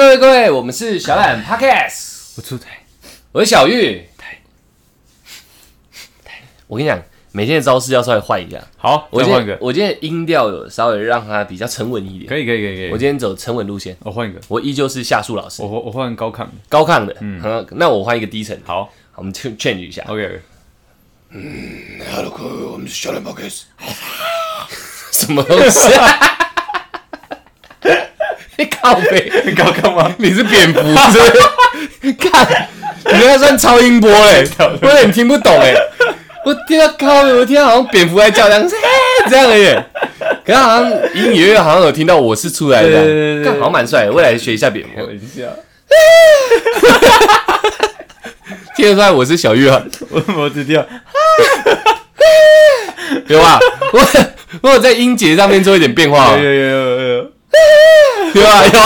各位，我们是小懒 Podcast， 我出台， 我是小玉。我跟你讲，每天的招式要稍微换一下。 好， 我换一个。 我今天的音调有稍微让它比较沉稳一点。 可以。 我今天走沉稳路线。 我换一个。 我依旧是夏树老师。 我换高亢的。 高亢的。那我换一个低沉。 好， 我们 change 一下。 OK。 Hello， 各位，我们是小懒 Podcast。什么东西？你靠北， 很高亢吗？ 你是蝙蝠是不是？看，你那算超音波我有点听不懂我听到靠北，我听到好像蝙蝠在叫这样，这样而已。可是好像隐隐约约好像有听到我是出来的， 对， 好像蛮帅的。未来学一下蝙蝠。听得出来我是小玉啊， 我只听到， 有吧？我有在音节上面做一点变化。 有。 有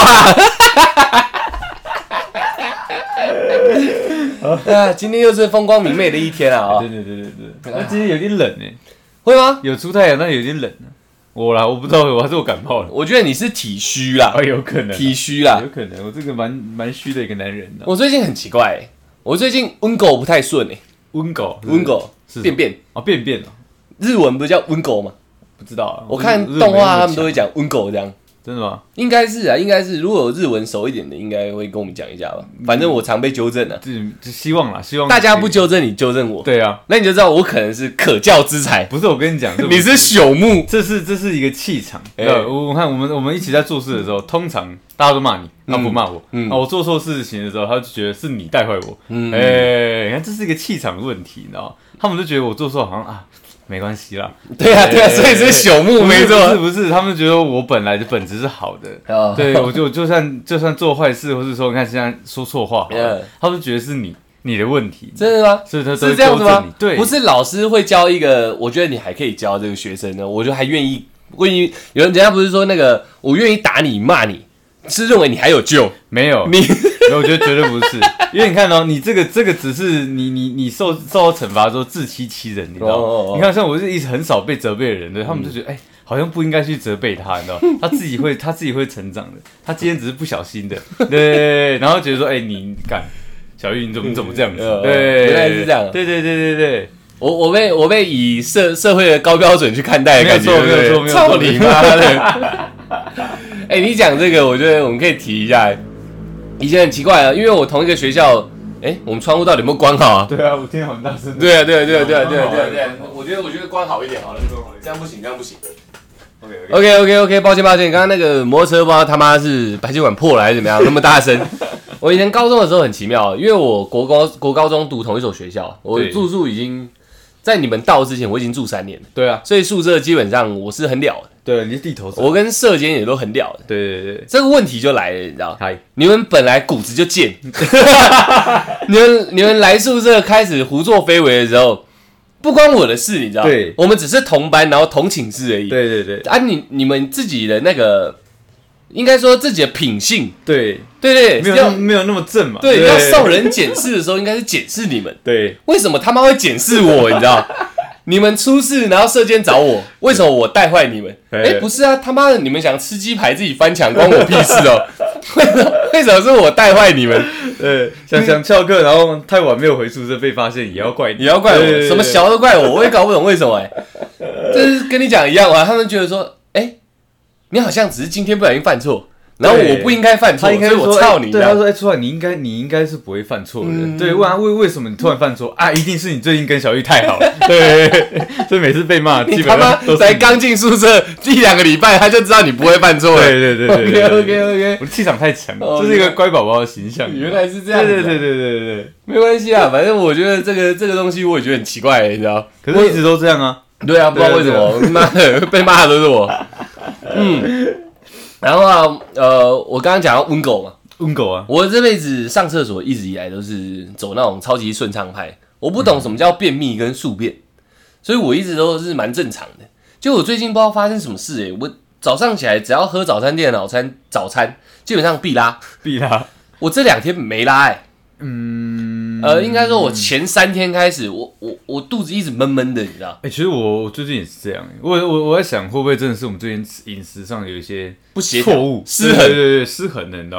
啊！今天又是风光明媚的一天啊！ 对。那今天有点冷会吗？ 有出太阳，但有点冷我不知道，还是我感冒了。 我觉得你是体虚啦， 有可能体虚啦， 有可能。我这个蛮虚的一个男人。 我最近很奇怪我最近温狗不太顺温狗便便日文不是叫温狗吗？ 不知道啊， 我看动画他们都会讲温狗这样。 真的吗？ 应该是啊，应该是。如果有日文熟一点的，应该会跟我们讲一下吧。反正我常被纠正希望大家不纠正你，纠正我。 对啊， 那你就知道我可能是可教之才。 不是，我跟你讲， 你是朽木， 这是一个气场。我看我们一起在做事的时候，通常大家都骂你，他不骂我。我做错事情的时候，他就觉得是你带坏我。你看这是一个气场的问题，你知道吗？他们就觉得我做错好像没关系啦。 对啊，所以是朽木，没错。 不是，他们觉得我本来的本质是好的。对，我就算做坏事，或是说你看现在说错话，他们觉得是你的问题。 真的吗？ 是这样子吗？ 对， 不是老师会教一个，我觉得你还可以教这个学生呢。我就还愿意，有人家不是说那个，我愿意打你骂你，是认为你还有救？ 没有，我觉得绝对不是，因为你看你这个只是你受到惩罚之后自欺欺人，你知道吗？你看像我是一直很少被责备的人，对，他们就觉得好像不应该去责备他，你知道吗？他自己会成长的，他今天只是不小心的，对，然后觉得说你干小玉你怎么这样子？对， 原来是这样， 对。 我被以社会的高标准去看待的感觉， 没有错， 操你妈的！你讲这个，我觉得我们可以提一下。以前很奇怪因为我同一个学校，我们窗户到底有没有关好啊？ 对啊，我听好很大声。 对，我觉得关好一点好了，这样不行。OK， 抱歉，刚刚那个摩托车不知道他妈是排气管破了还是怎么样，那么大声。我以前高中的时候很奇妙，因为我国高中读同一所学校，我住宿已经在你们到之前我已经住3年了。对啊，所以宿舍基本上我是很屌的。对， 你是地头蛇。 我跟舍监也都很屌的。对，这个问题就来了，你知道？你们本来骨子就贱，你们来宿舍开始胡作非为的时候，不关我的事，你知道？对，我们只是同班，然后同寝室而已。对。你们自己的那个，应该说自己的品性，对， 没有那么正嘛。 对，要受人检视的时候，应该是检视你们。 对， 为什么他妈会检视我？你知道？你们出事，然后舍监找我，为什么我带坏你们？不是啊，他妈的，你们想吃鸡排自己翻墙，关我屁事哦！为什么是我带坏你们？ 想翘课，然后太晚没有回宿舍被发现，也要怪你， 也要怪我，什么小都怪我也搞不懂为什么这是跟你讲一样啊，他们觉得说，你好像只是今天不小心犯错。然后我不应该犯错， 他应该说我操你！ 对，他说出来你应该是不会犯错的。对，为什么你突然犯错一定是你最近跟小玉太好了。对，所以每次被骂，基本上都是才刚进宿舍1-2个礼拜，他就知道你不会犯错了。 对。 OK， 我的气场太强了，这是一个乖宝宝的形象。 原来是这样。 对， 没关系啊，反正我觉得这个东西我也觉得很奇怪，你知道？ 可是一直都这样啊。 对啊，不知道为什么，妈的被骂的都是我。然后我刚刚讲到温狗嘛， 温狗啊， 我这辈子上厕所一直以来都是走那种超级顺畅派，我不懂什么叫便秘跟宿便，所以我一直都是蛮正常的。就我最近不知道发生什么事我早上起来只要喝早餐店的早餐，基本上必拉。我这2天没拉应该说我前3天开始，我肚子一直闷闷的，你知道？ 其实我最近也是这样。我在想，会不会真的是我们最近饮食上有一些不协错误、 失衡？ 对，失衡的，你知道？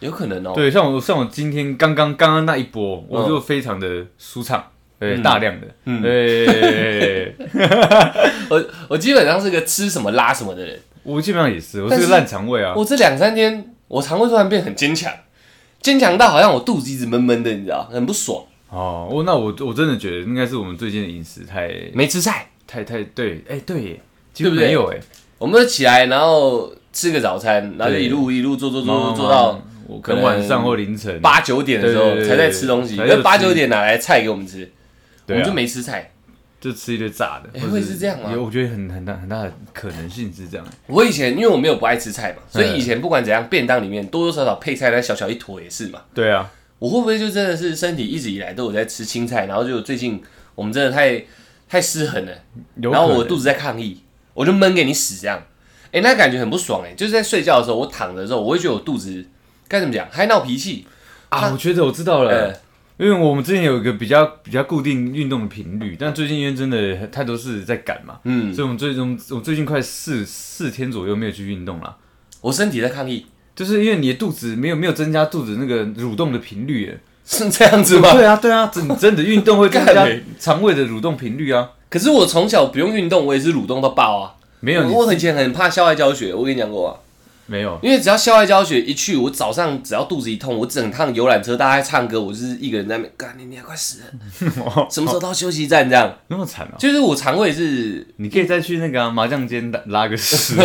有可能哦。 对，像我今天刚刚那一波，我就非常的舒畅，对，大量的，对。 我基本上是个吃什么拉什么的人， 我基本上也是，我是个烂肠胃啊。 我这2-3天，我肠胃突然变很坚强，坚强到好像我肚子一直闷闷的，你知道，很不爽。 哦，那我真的觉得应该是我们最近的饮食没吃菜， 太对，对耶，几乎没有哎。 我们起来，然后吃个早餐，然后就一路做到可能晚上或凌晨 8-9点的时候才在吃东西，因为8-9点拿来菜给我们吃，我们就没吃菜， 就吃一堆炸的。 会是这样吗？ 我觉得很大的可能性是这样。 我以前因为我没有不爱吃菜嘛，所以以前不管怎样，便当里面多多少少配菜那小一坨也是嘛。 对啊， 我会不会就真的是身体一直以来都有在吃青菜，然后就最近我们真的太失衡了，然后我肚子在抗议，我就闷给你死这样。那感觉很不爽就是在睡觉的时候，我躺着的时候，我会觉得我肚子该怎么讲，还闹脾气啊。我觉得我知道了，因为我们之前有一个比较固定运动的频率，但最近因为真的太多事在赶嘛，所以我最近快4天左右没有去运动了。 我身体在抗议， 就是因为你的肚子没有增加肚子那个蠕动的频率， 是这样子吗？ 对啊，真的运动会增加肠胃的蠕动频率啊。 可是我从小不用运动，我也是蠕动到爆啊。 没有， 我以前很怕校外教学，我跟你讲过啊。 没有， 因为只要校外教学一去，我早上只要肚子一痛，我整趟游览车大家在唱歌，我就是一个人在那边，干你快死了，什么时候到休息站这样？ 那么惨啊！ 就是我肠胃是， 你可以再去那个麻将间拉个屎，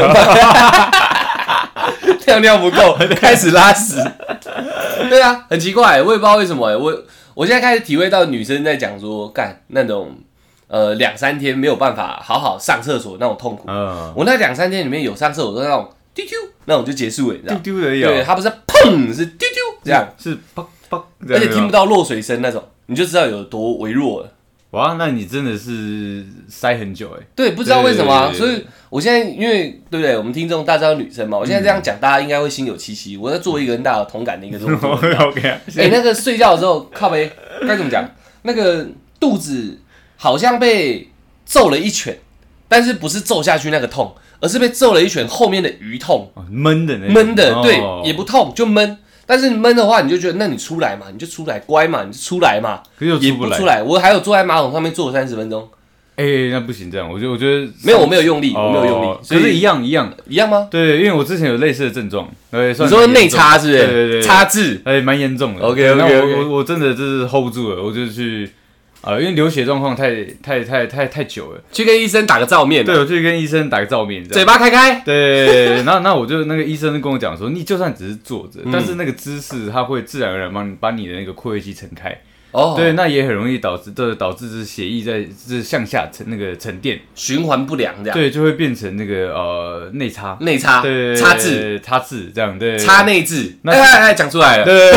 尿不够，开始拉屎。对啊，很奇怪，我也不知道为什么我现在开始体会到女生在讲说干那种。2-3天没有办法好好上厕所那种痛苦，我那2-3天里面有上厕所都那种丢丢那种就结束了，你知道？ 丢丢的有， 对，它不是砰，是丢丢这样， 是砰砰， 而且听不到落水声那种，你就知道有多微弱了。 哇，那你真的是塞很久对，不知道为什么啊，所以我现在因为对不对？我们听众大家都女生嘛，我现在这样讲，大家应该会心有戚戚。我在做一个跟大家有同感的一个动作。 OK， 那个睡觉的时候靠背该怎么讲？那个肚子。好像被揍了一拳，但是不是揍下去那个痛，而是被揍了一拳后面的余痛， 闷的那种， 闷的，对，也不痛就闷。但是闷的话，你就觉得那你出来嘛，你就出来，乖嘛，你就出来嘛，也不出来。我还有坐在马桶上面坐了30分钟， 那不行这样，我觉得没有，我没有用力，我没有用力， 可是一样吗？ 对，因为我之前有类似的症状，你说内插是不是？ 对， 插字， 蛮严重的。 OK， 那我真的就是 hold 不住了，我就去。因为流血状况太久了， 去跟医生打个照面。 对，我去跟医生打个照面， 嘴巴开。 对，那我就那个医生跟我讲说，你就算只是坐着，但是那个姿势它会自然而然把你的那个括约肌撑开。对，那也很容易导致就是血液就是向下沉淀， 循环不良这样。 对，就会变成那个内插， 对，插字这样，对， 插内痔。讲出来了。 对。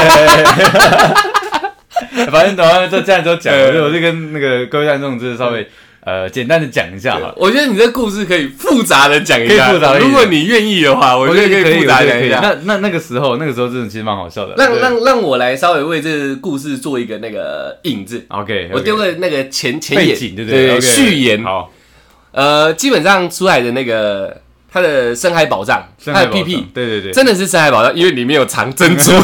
反正这样都讲，我就跟那个各位观众就是稍微简单的讲一下哈。 我觉得你这故事可以复杂的讲一下，如果你愿意的话，我觉得可以复杂讲一下。 那个时候真的其实蛮好笑的。 让我来稍微为这个故事做一个那个引子。 OK， 我丢个那个前言， 对不对？ 序言。 好， 基本上出来的那个它的深海宝藏，它的屁屁， 对， 真的是深海宝藏，因为里面有藏珍珠。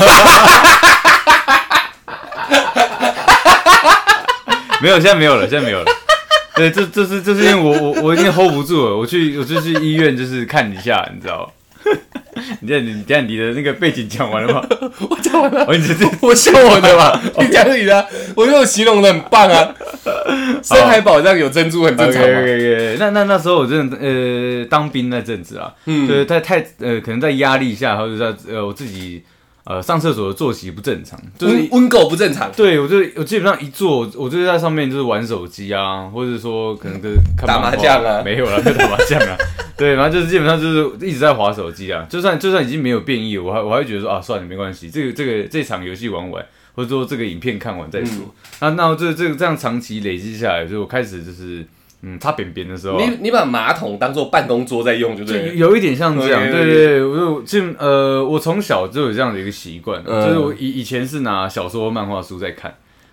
没有，现在没有了。对，这是因为我已经 hold 不住了，我就去医院就是看一下，你知道吗？你的那个背景讲完了吗？ 我讲完了。 我笑我的嘛，你讲你的，我觉得我形容的很棒啊。深海宝藏有珍珠很正常嘛。 那时候我真的当兵那阵子啊，对，可能在压力下，或者在我自己。上厕所的作息不正常， 就是温狗不正常。 对，我基本上一坐，我就在上面就是玩手机啊，或者说可能跟打麻将啊， 没有啦，没有打麻将啊。对，然后就是基本上就是一直在滑手机啊。就算已经没有变异了，我还会觉得说啊，算了，没关系，这场游戏玩完，或者说这个影片看完再说。那这样长期累积下来，所以我开始就是擦扁扁的时候， 你把马桶当做办公桌在用，就对了， 有一点像这样，对，我从小就有这样的一个习惯，就是我以前是拿小说、漫画书在看，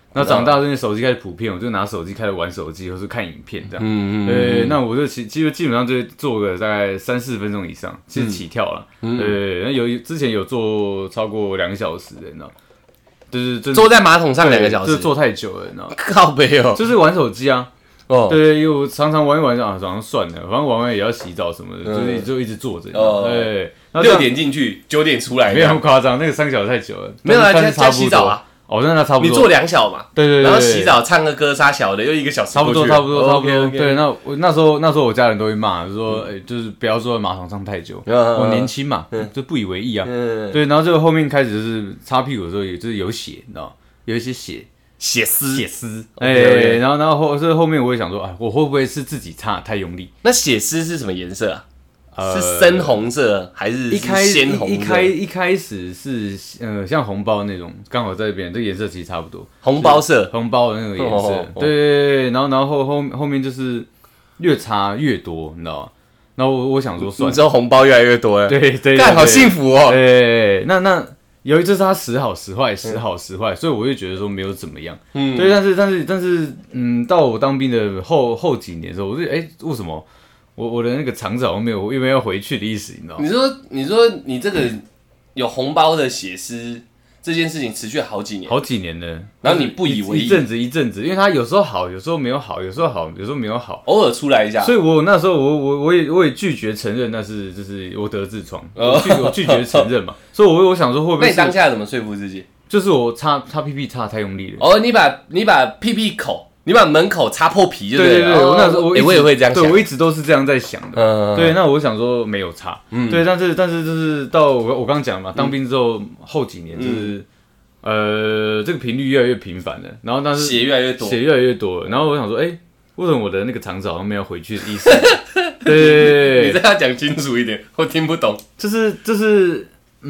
那长大之后手机开始普遍，我就拿手机开始玩手机，或是看影片这样。那我就基本上就会做个大概3-4分钟以上，其实起跳了。那之前有做超过2个小时的，你知道。就是坐在马桶上2个小时， 就是坐太久了，你知道吗？ 靠北哦， 就是玩手机啊。对，因为我常常玩一玩啊，早上算了，反正玩完也要洗澡什么的，就一直坐着。对 ，6点进去，9点出来， 没有那么夸张，那个3个小时太久了。 没有啊，加洗澡啊。 那差不多。 你做2小嘛？ 对。 然后洗澡、唱个歌、杀小的，又1个小时。 差不多。对，那时候我家人都会骂，就说就是不要坐在马桶上太久。我年轻嘛，就不以为意啊。对，然后这个后面开始就是擦屁股的时候，就是有血，你知道，有一些血丝，然后后面我也想说，我会不会是自己擦太用力？ 那血丝是什么颜色啊？是深红色还是鲜红色？ 一开始是像红包那种，刚好在这边，这个颜色其实差不多， 红包色， 红包的那个颜色。对，然后后面就是越擦越多，你知道吗？然后我想说算了， 你知道红包越来越多了， 对， 干好幸福哦。 对，那。有一次他时好时坏，所以我就觉得说没有怎么样。对，但是，到我当兵的后几年的时候，我就为什么我的那个肠子好像没有要回去的意思，你知道吗？ 你说你这个有红包的血丝这件事情持续好几年了， 然后你不以为意， 一阵子，因为他有时候好，有时候没有好，有时候好，有时候没有好， 偶尔出来一下。 所以我那时候我也拒绝承认那是就是我得痔疮，我拒绝承认嘛。所以我想说会不会？ 那你当下怎么说服自己？ 就是我擦屁屁擦太用力了。 你把屁屁口。你把门口擦破皮就对了。 对，我那时候我也会这样想。 对，我一直都是这样在想的。对，那我想说没有擦。对，但是就是到我刚刚讲嘛，当兵之后后几年就是这个频率越来越频繁了，然后但是血越来越多， 然后我想说，为什么我的那个肠子好像没有回去的意思？对， 你这样讲清楚一点，我听不懂。 就是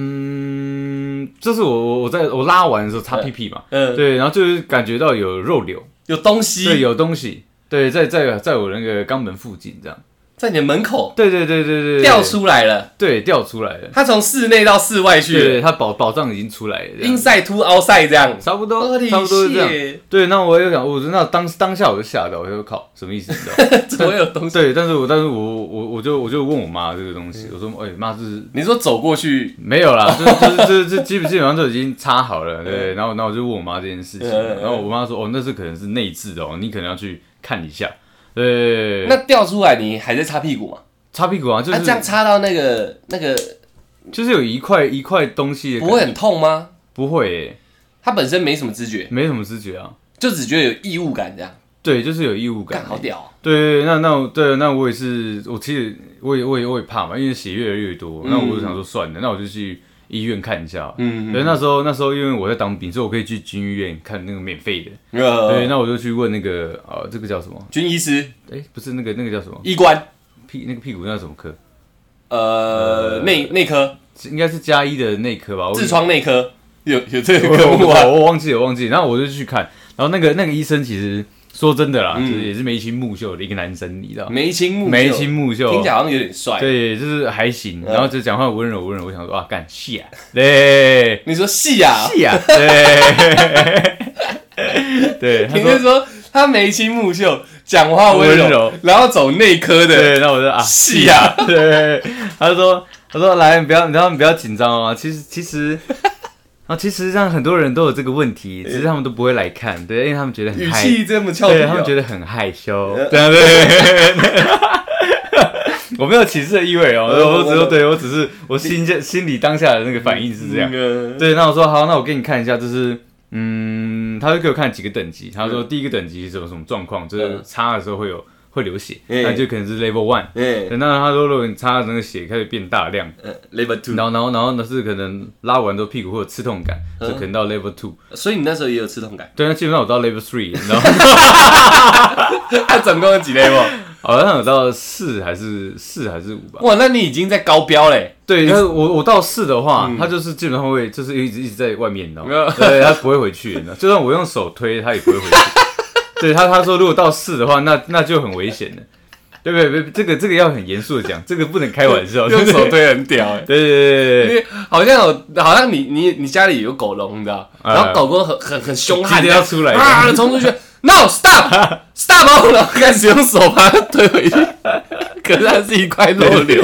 我拉完的时候擦屁屁嘛，对，然后就是感觉到有肉瘤， 有东西， 对，有东西，对，在我那个肛门附近这样。 在你的门口， 对， 掉出来了， 对，掉出来了。 它从室内到室外去了， 对，它宝藏已经出来了 ，inside to outside 这样， 差不多是这样。对，那我也想，那当下我就吓到，我就靠，什么意思？你知道？ 怎么会有东西？ 对，但是我就问我妈这个东西，我说，妈，这是你说走过去没有啦，这基本上就已经擦好了，对。然后我就问我妈这件事情，然后我妈说，那是可能是内痔的你可能要去看一下。对， 那掉出来你还在擦屁股吗？ 擦屁股啊，就是这样擦到那个， 就是有一块东西的， 不会很痛吗？ 不会它本身没什么知觉， 啊， 就只觉得有异物感这样。 对，就是有异物感， 好屌。 对，那我也是，我其实我也怕嘛，因为血越来越多，那我就想说算了，那我就去医院看一下。对，那时候因为我在当兵，所以我可以去军医院看那个免费的。对，那我就去问那个这个叫什么？ 军医师？ 不是那个叫什么？ 医官。 那个屁股那什么科？ 内科， 应该是加医的内科吧？ 痔疮内科有这个科目啊？ 我忘记。然后我就去看，然后那个医生其实说真的啦，就是也是眉清目秀的一个男生，你知道？ 眉清目秀，听起来好像有点帅。 对，就是还行，然后就讲话温柔，我想说干戏啊，对， 你说戏啊， 对， 你是说他眉清目秀，讲话温柔，然后走内科的， 对，那我就戏啊， 对，他说来，你不要紧张啊，其实。其实上很多人都有这个问题，只是他们都不会来看，对，因为他们觉得很语气这么俏皮， 对，他们觉得很害羞，对。我没有歧视的意味我只是我心里当下的那个反应是这样，对。那我说好，那我给你看一下，就是他就给我看几个等级，他说第一个等级是什么状况，就是擦的时候会流血，那就可能是 level 1。那他说，如果你擦的那个血开始变大量 ，level 2。 然后呢是可能拉完之后屁股会有刺痛感，就可能到 level 2。 所以你那时候也有刺痛感？ 对，那基本上我到 level 3，你知道吗？ 他总共有几 level？ 好像有到4还是5吧。 哇，那你已经在高标嘞。 对，但是我到4的话，他就是基本上会就是一直在外面，你知道吗？对，他不会回去，就算我用手推，他也不会回去。对他说，如果到4的话，那就很危险了。 对不对？这个要很严肃的讲，这个不能开玩笑。 用手推很屌哎。 对对对对， 因为好像你家里有狗笼，你知道，然后狗狗很凶悍， 要出来啊，冲出去 ，No stop， 然后开始用手把它推回去，可是它是一块肉瘤。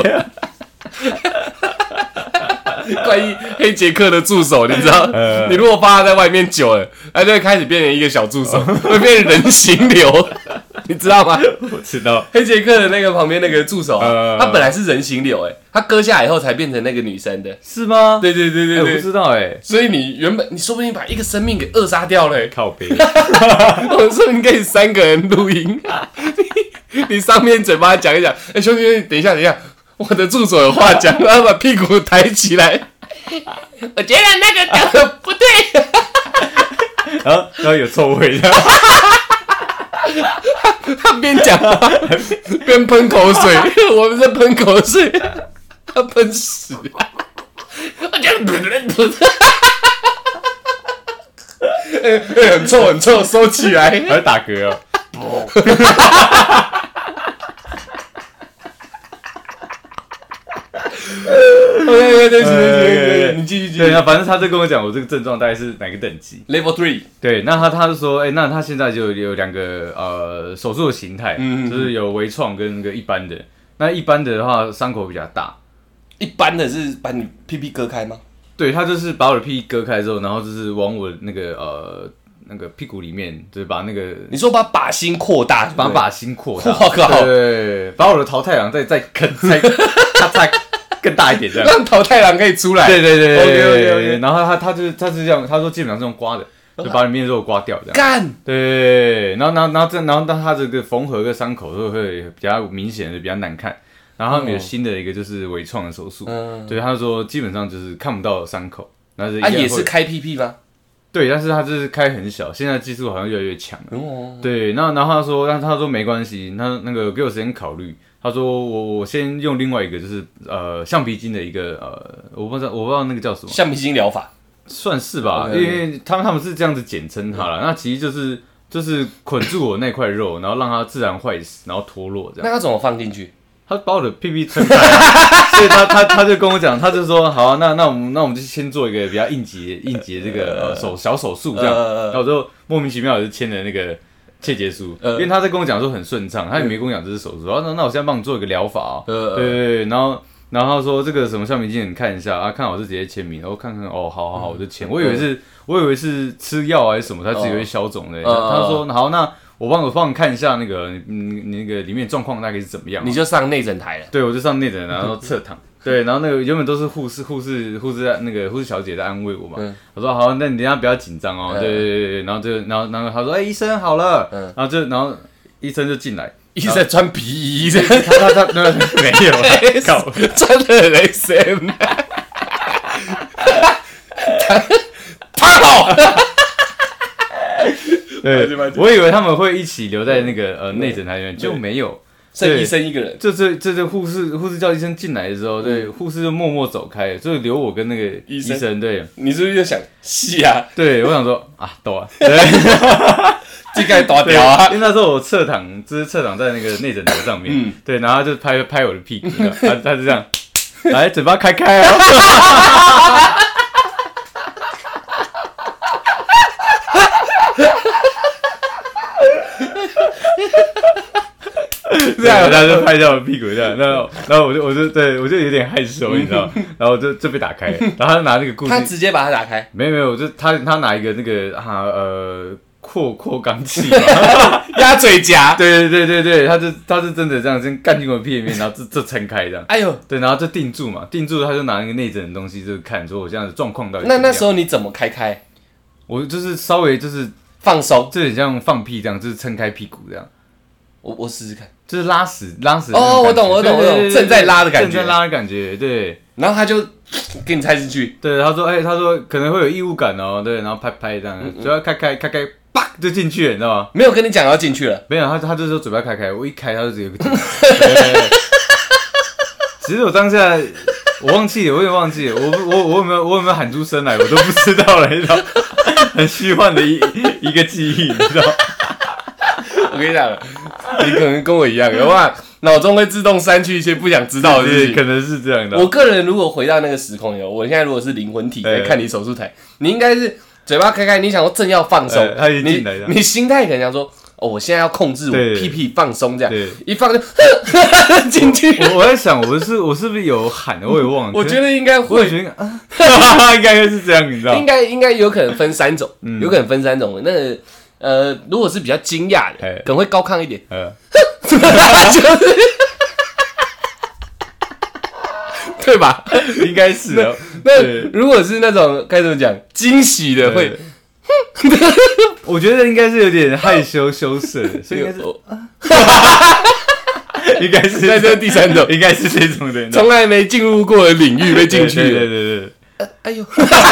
关于黑杰克的助手，你知道，你如果放他在外面久了，他就会开始变成一个小助手，会变成人形瘤，你知道吗？ 我知道。 黑杰克的那个旁边那个助手，他本来是人形瘤，他割下来以后才变成那个女生的， 是吗？ 对， 我不知道所以你原本你说不定把一个生命给扼杀掉了， 靠北。 我说你可以3个人录音，你上面嘴巴讲一讲，兄弟，等一下。我的助手有话讲，然后把屁股抬起来。我觉得那个讲的不对， 然后有臭味， 他边讲话边喷口水，我们在喷口水，他喷屎。我觉得很臭，收起来， 还打嗝哦。 对，你继续。 对啊，反正他就跟我讲，我这个症状大概是哪个等级 ？Level 3。 对，那他就说，那他现在就有2个手术的形态，就是有微创跟一般的。那一般的话，伤口比较大。 一般的是把你屁屁割开吗？ 对，他就是把我的屁割开之后，然后就是往我那个屁股里面，就是把那个你说把靶心扩大， 把靶心扩大， 我靠， 对，把我的桃太郎再更大一点，这样让桃太郎可以出来。 对。OK。然后他是这样，他说基本上是用刮的，就把里面的肉刮掉，这样。 干。 对，然后他这个缝合跟伤口会比较明显的，比较难看。然后他们有新的一个就是微创的手术，对，他说基本上就是看不到伤口，那是也是开屁屁吗？ 对，但是他就是开很小，现在技术好像越来越强了。对，然后他说没关系，他那个给我时间考虑。他说我先用另外一个就是橡皮筋的一个我不知道那个叫什么橡皮筋疗法， 算是吧，因为他们是这样子简称它啦。那其实就是捆住我那块肉，然后让它自然坏死，然后脱落这样。 那他怎么放进去？ 他把我的屁屁撑开，所以他就跟我讲，他就说好啊，那我们就先做一个比较应急的这个小手术这样。然后我就莫名其妙就签了那个切结书，因为他在跟我讲说很顺畅，他也没跟我讲这是手术。然后那我现在帮你做一个疗法对，然后他说这个什么橡皮筋你看一下啊，看好是直接签名，然后看看好我就签。我以为是吃药还是什么，他自己会消肿的。他说好，那我帮你看一下那个你那个里面状况大概是怎么样。 你就上内诊台了。 对，我就上内诊，然后侧躺。对，然后那个原本都是护士那个护士小姐在安慰我嘛。我说好，那你等一下不要紧张哦。对，然后他说医生好了，然后医生就进来， 医生穿皮衣， 他没有， 穿的 SM， 他好。 对，我以为他们会一起留在那个内诊台里面，就没有。 剩医生一个人， 这护士叫医生进来的时候，对，护士就默默走开了，就留我跟那个医生。对， 你是不是就想戏啊？ 对，我想说啊，懂啊，对， 这该大条啊！ 因为那时候我侧躺在那个内诊台上面，对，然后他就拍我的屁股，他就这样，来，嘴巴开开哦。这样，他就拍一下我屁股这样，然后我就有点害羞，你知道，然后我就被打开，然后他就拿那个固定， 他直接把它打开， 没有，就他拿一个那个扩肛器嘛， 鸭嘴夹， 对，他是真的这样先干进我屁里面，然后这撑开这样， 哎呦， 对，然后就定住他就拿那个内诊的东西就看说我这样的状况到底怎么样。 那时候你怎么开？ 我就是稍微就是放松， 就很像放屁这样，就是撑开屁股这样。 我试试看。 就是拉屎哦，我懂，正在拉的感觉，对。 然后他就给你插进去， 对，他说可能会有异物感哦，对，然后拍这样，嘴巴开，啪就进去了，你知道吗？ 没有跟你讲要进去了， 没有，他就说嘴巴开，我一开他就直接进去。其实我当下我有点忘记了，我有没有喊出声来，我都不知道了，你知道，很虚幻的一个记忆，你知道。 我跟你讲，你可能跟我一样，有吧？ 脑中会自动删去一些不想知道的事情， 可能是这样的。 我个人如果回到那个时空里，我现在如果是灵魂体在看你手术台，你应该是嘴巴开开，你想说正要放松， 他已经进来了， 你心态可能想说，哦，我现在要控制我屁屁放松，这样一放就进去。 我在想，我是不是有喊？我也忘了。 我觉得应该会， 我也觉得应该是这样，你知道？ 应该有可能分3种，有可能分3种。那个如果是比较惊讶的，可能会高亢一点，就是对吧？ 应该是的。 那如果是那种该怎么讲惊喜的，会， 我觉得应该是有点害羞羞涩的，所以应该是，应该是那就是第3种， 应该是这种的， 从来没进入过的领域被进去了， 对， 哎呦。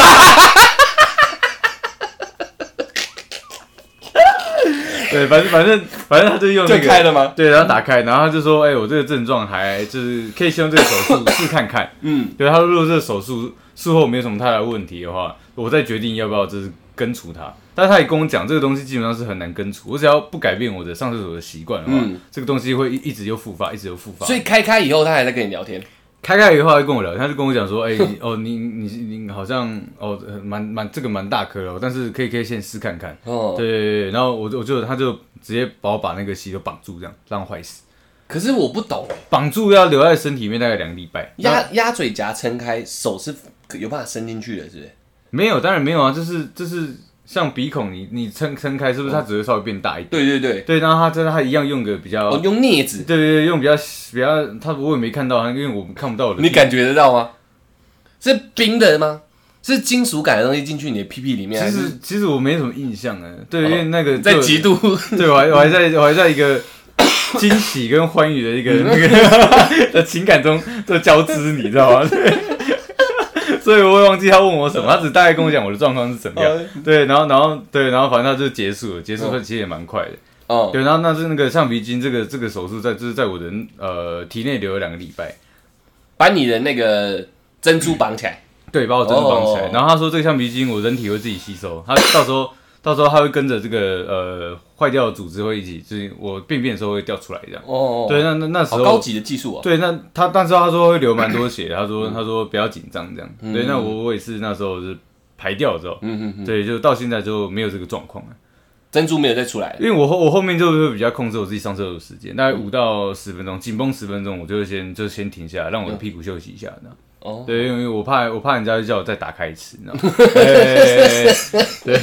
对，反正他就用那个就开了吗？ 对，然后打开，然后他就说：“我这个症状还就是可以先用这个手术试看看。”对，他说如果这个手术术后没有什么太大的问题的话，我再决定要不要就是根除它。但他也跟我讲，这个东西基本上是很难根除，我只要不改变我的上厕所的习惯的话，这个东西会一直又复发，一直又复发。 所以开以后，他还在跟你聊天。 开以后，他就跟我聊天，他就跟我讲说：“你好像这个蛮大颗哦，但是可以先试看看。”对，然后他就直接把我把那个息都绑住，这样让坏死。 可是我不懂， 绑住要留在身体里面大概2个礼拜。 鸭嘴夹撑开，手是有办法伸进去的，是不是？ 没有，当然没有啊，就是像鼻孔你撑开，是不是它只会稍微变大一点？对，然后他一样用个比较用镊子， 对，用比较我也没看到，因为我看不到我的。 你感觉得到吗？是冰的吗？是金属感的东西进去你的屁屁里面？ 其实我没什么印象哎，对，因为那个在极度， 对我还在一个惊喜跟欢愉的一个那个的情感中的交织，你知道吗？所以我会忘记他问我什么，他只大概跟我讲我的状况是怎么样。对，然后反正他就结束了，其实也蛮快的。对，然后那是那个橡皮筋这个手术就是在我的体内留了2个礼拜， 把你的那个珍珠绑起来。 对，把我珍珠绑起来。然后他说这个橡皮筋我人体会自己吸收，他到时候他会跟着这个坏掉的组织会一起，就是我便便的时候会掉出来这样。对，那时候好高级的技术哦。 对，那但是他说会流蛮多血，他说不要紧张这样。对，那我也是那时候是排掉之后，对，就到现在就没有这个状况了。 珍珠没有再出来， 因为我后面就会比较控制我自己上厕所的时间，大概5到10分钟，紧绷10分钟，我就会先停下来，让我的屁股休息一下这样。对，因为我怕人家就叫我再打开一次，你知道吗？对。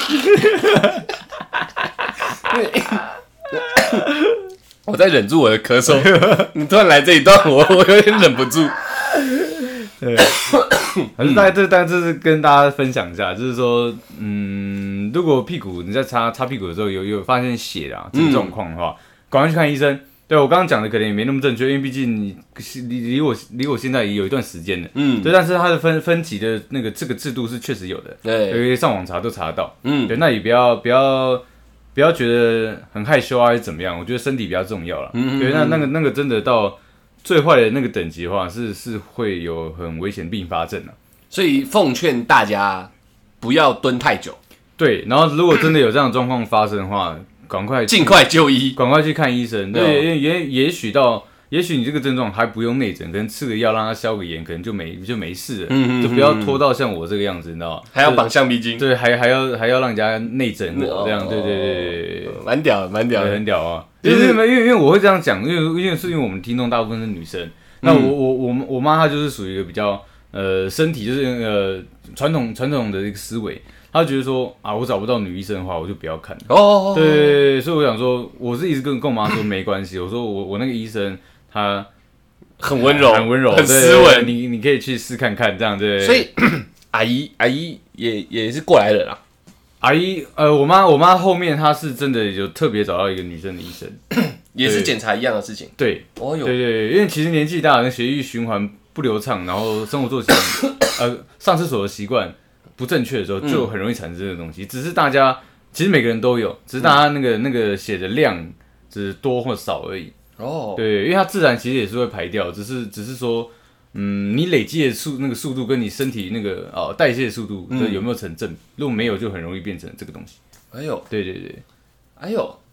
我在忍住我的咳嗽，你突然来这一段，我有点忍不住。 对，还是大概这是跟大家分享一下，就是说，如果屁股你在擦屁股的时候有发现血啊这个状况的话，赶快去看医生。对，我刚刚讲的可能也没那么正确，因为毕竟你离我现在也有一段时间了，对，但是它的分级的那个这个制度是确实有的，对，上网查都查得到，对，那也不要觉得很害羞啊，还是怎么样？我觉得身体比较重要了，对，那个真的到最坏的那个等级的话，是会有很危险并发症啊， 所以奉劝大家不要蹲太久， 对，然后如果真的有这样的状况发生的话。尽快就医，赶快去看医生。对，因为也许你这个症状还不用内诊，可能吃个药让它消个炎，可能就没事了。就不要拖到像我这个样子，你知道吗？ 还要绑橡皮筋， 对，还要让人家内诊我这样，对， 蛮屌的， 很屌啊！因为我会这样讲，因为我们听众大部分是女生，那我妈她就是属于一个比较身体就是传统的一个思维。他觉得说啊，我找不到女医生的话，我就不要看。对，所以我想说，我是一直跟我妈说没关系。我说我那个医生他很温柔， 很斯文， 你可以去试看看，这样对。 所以阿姨也是过来人啦。 阿姨，我妈后面她是真的有特别找到一个女生的医生， 也是检查一样的事情。 对，对，因为其实年纪大了，血液循环不流畅，然后生活作息上厕所的习惯不正确的时候，就很容易产生这个东西。只是大家其实每个人都有，只是大家那个血的量只是多或少而已。对，因为它自然其实也是会排掉，只是说，你累积的那个速度跟你身体那个代谢的速度有没有成正比？如果没有，就很容易变成这个东西。 哎呦， 对， 哎呦，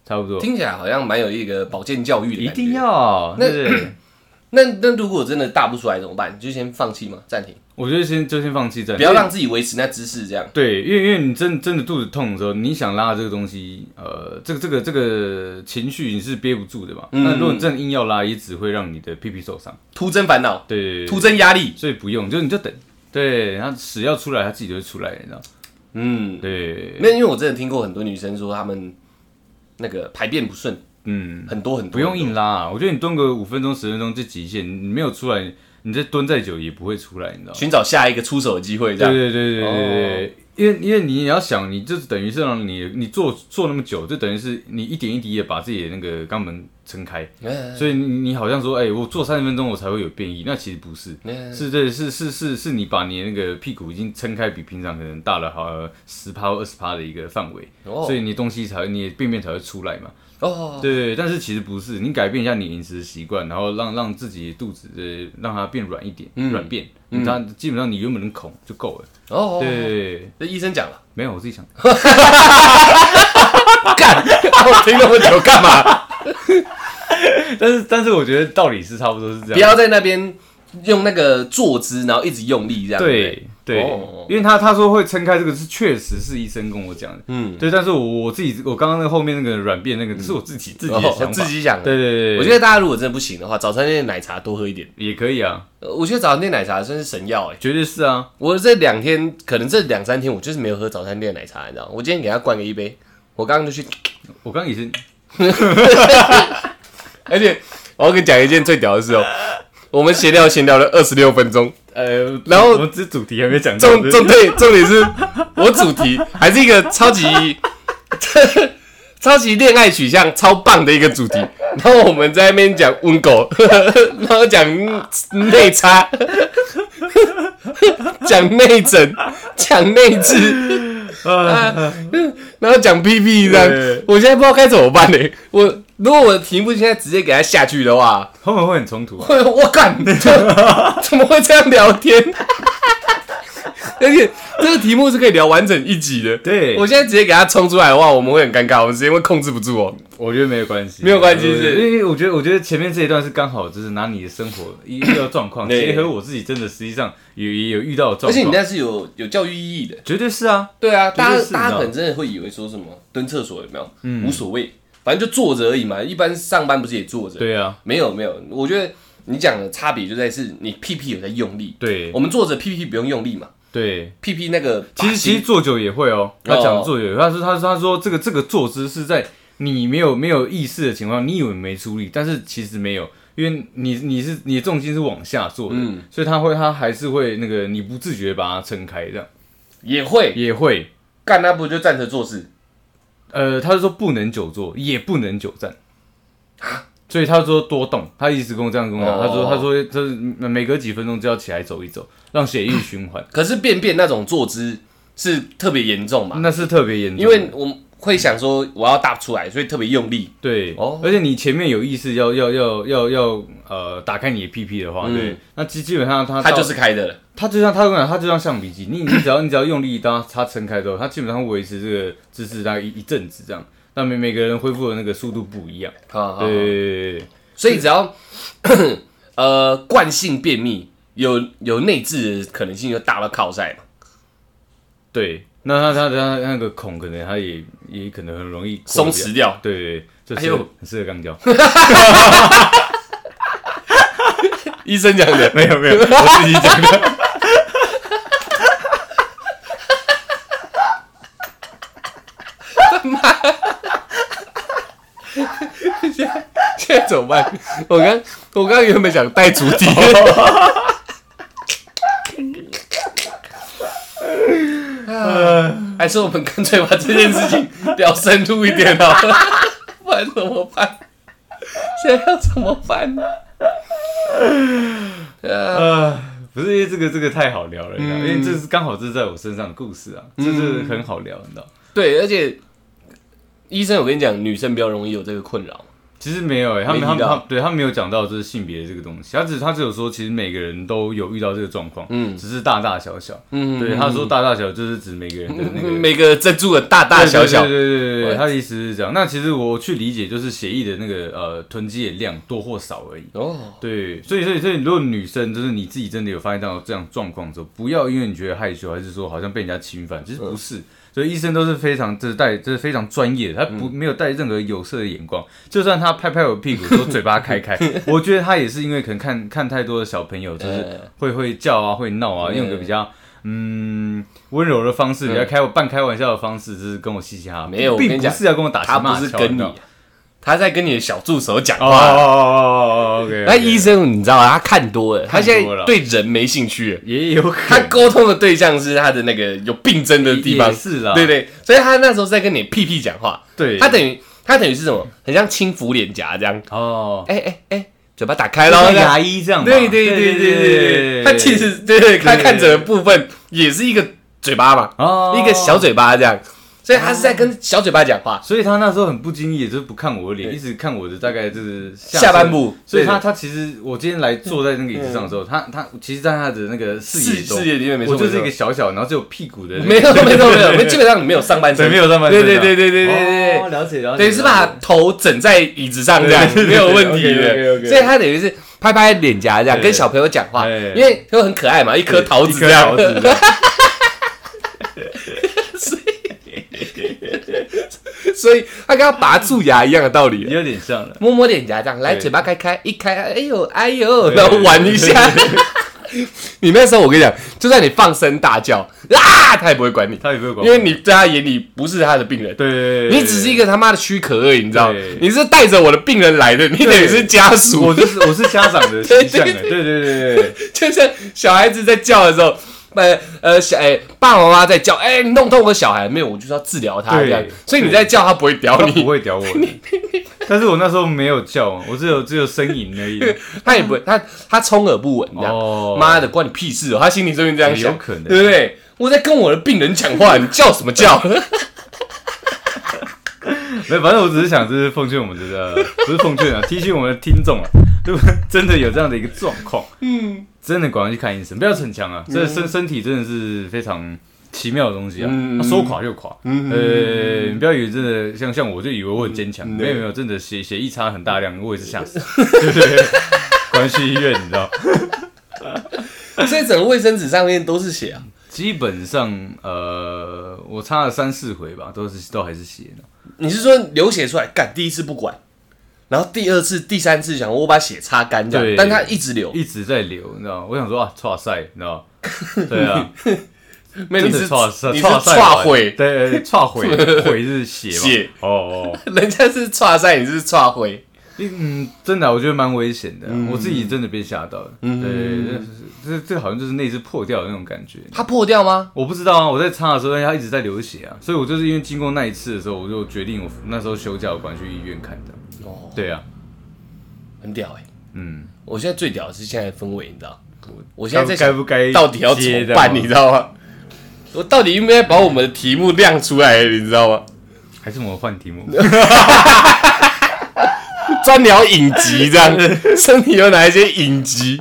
差不多。 听起来好像蛮有一个保健教育的感觉。 一定要， 那如果真的大不出来怎么办？就先放弃吗？暂停。 我觉得先放弃， 不要让自己维持那姿势这样。 对，因为你真的肚子痛的时候，你想拉这个东西，这个情绪你是憋不住的嘛。那如果你真的硬要拉，也只会让你的屁屁受伤， 徒增烦恼， 对， 徒增压力。 所以不用，你就等，对，然后屎要出来，它自己就会出来，你知道？对。 没有，因为我真的听过很多女生说她们那个排便不顺，很多， 不用硬拉啊。我觉得你蹲个5分钟10分钟就极限，你没有出来。你再蹲再久也不会出来，你知道吗？ 寻找下一个出手的机会，这样。 对，因为你要想，你就是等于是让你做那么久，就等于是你一点一滴的把自己的那个肛门撑开，所以你好像说，我做30分钟我才会有变异，那其实不是，是你把你那个屁股已经撑开，比平常可能大了10%或20%的一个范围，所以你东西你的便便才会出来嘛。对，但是其实不是，你改变一下你饮食习惯，然后让自己肚子让它变软一点，软便，它基本上你原本的孔就够了。对， 这医生讲了， 没有，我自己想。 干，我听那么久干嘛？ 但是我觉得道理是差不多是这样， 不要在那边用那个坐姿，然后一直用力这样。 对，因为他说会撑开这个是确实是医生跟我讲的，对，但是我刚刚那个后面那个软便那个是我自己的想法， 自己想的， 对， 我觉得大家如果真的不行的话，早餐店奶茶多喝一点也可以啊。 我觉得早餐店奶茶真是神药绝对是啊。 我这2天，可能这2-3天，我就是没有喝早餐店奶茶，你知道吗？我今天给他灌个一杯，我刚刚就去， 我刚刚也是， 而且我要跟你讲一件最屌的事我们闲聊了26分钟。然后我们这主题还没讲到， 重点是我主题还是一个超级恋爱取向超棒的一个主题，然后我们在那边讲温狗，然后讲内插，讲内诊，讲内痔，然后讲屁屁这样，我现在不知道该怎么办嘞。如果我的题目现在直接给他下去的话， 后面会很冲突。 我干，怎么会这样聊天？而且这个题目是可以聊完整1集的。 对， 我现在直接给他冲出来的话，我们会很尴尬，我们时间会控制不住我觉得没有关系， 没有关系，因为我觉得前面这一段是刚好就是拿你的生活遇到状况结合我自己真的实际上也有遇到的状况， 而且你那是有教育意义的， 绝对是啊。 对啊，大家可能真的会以为说什么蹲厕所有没有，无所谓，反正就坐着而已嘛。一般上班不是也坐着？ 对啊， 没有，我觉得你讲的差别就在是你屁屁有在用力， 对， 我们坐着屁屁不用用力嘛。 对， 屁屁那个其实坐久也会他讲坐久，他说这个坐姿是在你没有意识的情况，你以为没出力，但是其实没有，因为你的重心是往下坐的，所以他还是会那个你不自觉把它撑开这样， 也会干，那不就站着做事？ 他是说不能久坐，也不能久站。所以他说多动，他一直跟我这样跟我讲，他说这每隔几分钟就要起来走一走，让血液循环。 可是便那种坐姿是特别严重嘛？ 那是特别严重， 因为我会想说我要大出来，所以特别用力。 对，而且你前面有意识要打开你的屁屁的话，对，那基本上它就是开的了。 它就像橡皮筋，你只要用力当它撑开之后，它基本上会维持这个姿势大概一阵子这样。那每个人恢复的那个速度不一样，对， 所以只要惯性便秘有内痔的可能性就大到靠晒嘛。 对，那他那个孔可能他也可能很容易松弛掉， 对，这是很适合肛交。 医生讲的， 没有，我自己讲的。 现在怎么办？我刚原本想带主题，还是我们干脆把这件事情聊深入一点好了，不然怎么办？现在要怎么办呢？ 不是因为这个太好聊了，因为这是刚好是在我身上的故事啊，这是很好聊，你知道？ 对，而且医生有跟你讲，女生比较容易有这个困扰。 其实没有他们没有讲到这是性别这个东西，他只有说其实每个人都有遇到这个状况，只是大大小小，对，他说大大小就是指每个人的那个每个珍珠的大大小小， 对，他的意思是这样。那其实我去理解就是血液的那个囤积的量多或少而已，对，所以如果女生就是你自己真的有发现到这样状况之后，不要因为你觉得害羞，还是说好像被人家侵犯，其实不是。所以医生都是非常，这是非常专业的，他没有带任何有色的眼光。就算他拍我屁股，说嘴巴开，我觉得他也是因为可能看太多的小朋友，就是会叫啊，会闹啊，用个比较温柔的方式，比较半开玩笑的方式，就是跟我嘻嘻哈哈。没有，并不是要跟我打情骂俏， 他不是跟你。他在跟你的小助手讲话。 OK。 那医生你知道他看多了，他现在对人没兴趣了， 也有可能。 他沟通的对象是他的那个有病症的地方， 是啦， 对，所以他那时候在跟你屁屁讲话， 对， 他等于是什么？很像轻抚脸颊这样。嘴巴打开咯，像牙医这样。 对，他其实他看着的部分也是一个嘴巴嘛，一个小嘴巴这样。所以他是在跟小嘴巴讲话， 所以他那时候很不经意，也就是不看我的脸，一直看我的大概就是下半部。 所以他其实我今天来坐在那个椅子上的时候，他其实在他的那个视野里面，我就是一个小小，然后只有屁股的。 没有，基本上你没有上半身， 没有上半身。 对， 了解。 等于是把头枕在椅子上这样，没有问题的。所以他等于是拍脸颊这样跟小朋友讲话，因为就很可爱嘛，一颗桃子这样。所以他跟他拔蛀牙一样的道理， 有点像了。 摸脸颊这样，来嘴巴开，一开，哎呦，然后玩一下。你那时候我跟你讲，就算你放声大叫他也不会管你，因为你在他眼里不是他的病人， 对， 你只是一个他妈的躯壳而已，你知道？你是带着我的病人来的，你等于是家属， 我是家长的形象，对， 就像小孩子在叫的时候。爸爸妈妈在叫，你弄痛我小孩，没有，我就是要治疗他这样，所以你在叫他不会屌你， 不会屌我但是我那时候没有叫，我只有呻吟而已。 他也不会，他充耳不闻这样，妈的，关你屁事哦！他心里这边这样想， 有可能， 对不对？我在跟我的病人讲话，你叫什么叫？ 没有，反正我只是想，就是奉劝我们的，不是奉劝啊，提醒我们的听众啊，对不对？真的有这样的一个状况，真的赶快去看医生，不要逞强啊！这身体真的是非常奇妙的东西啊，说垮就垮。你不要以为真的像我就以为我很坚强，没有，真的血液差很大量，我也是吓死，对，赶快去医院，你知道？ 所以整个卫生纸上面都是血啊。 基本上，我擦了3-4回吧，都还是血呢。 你是说流血出来，干第一次不管，然后第2次、第3次想我把血擦干这样，但它一直流， 一直在流，你知道吗？我想说唰塞，你知道吗？对啊， 你是唰毁，对，唰毁是血嘛？ 血哦， 人家是唰塞，你是唰毁。 真的，我觉得蛮危险的，我自己真的被吓到了。对，这好像就是内痔破掉的那种感觉。 它破掉吗？ 我不知道啊，我在擦的时候，它一直在流血啊，所以我就是因为经过那一次的时候，我就决定我那时候休假，我赶去医院看的。对啊， 很屌我现在最屌的是现在的氛围，你知道？我现在在想该不该到底要怎么办，你知道吗？我到底应该把我们的题目亮出来，你知道吗？ 还是我们换题目？ 专聊影集这样，身体有哪一些影集？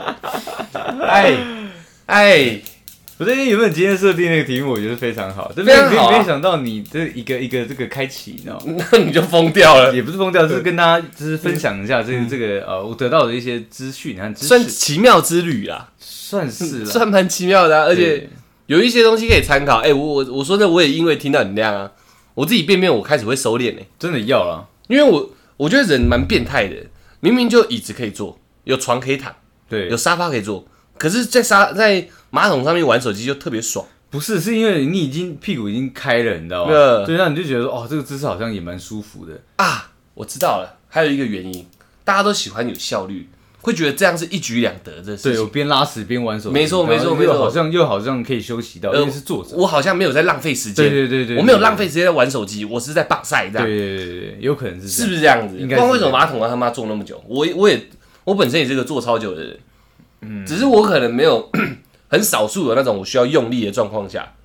我在原本今天设定那个题目，我觉得非常好， 非常好， 没想到你这一个这个开启，你知道吗？ 那你就疯掉了， 也不是疯掉，就是跟大家就是分享一下这个我得到的一些资讯和知识， 算奇妙之旅啦， 算是啦， 算蛮奇妙的而且有一些东西可以参考。我说的，我也因为听到你那样啊，我自己便我开始会收敛真的要啦， 因为我觉得人蛮变态的，明明就椅子可以坐，有床可以躺， 对， 有沙发可以坐，可是在马桶上面玩手机就特别爽。 不是，是因为你屁股已经开了，你知道吗？所以那你就觉得说，这个姿势好像也蛮舒服的啊。我知道了，还有一个原因，大家都喜欢有效率，会觉得这样是一举两得的事情。 对，我边拉屎边玩手机， 没错， 好像可以休息到，因为是坐着。 我好像没有在浪费时间， 对， 我没有浪费时间在玩手机，我是在棒赛这样。 对，有可能是不是这样子？不然为什么马桶让他妈坐那么久？我本身也是个坐超久的人，只是我可能没有很少数的那种我需要用力的状况下。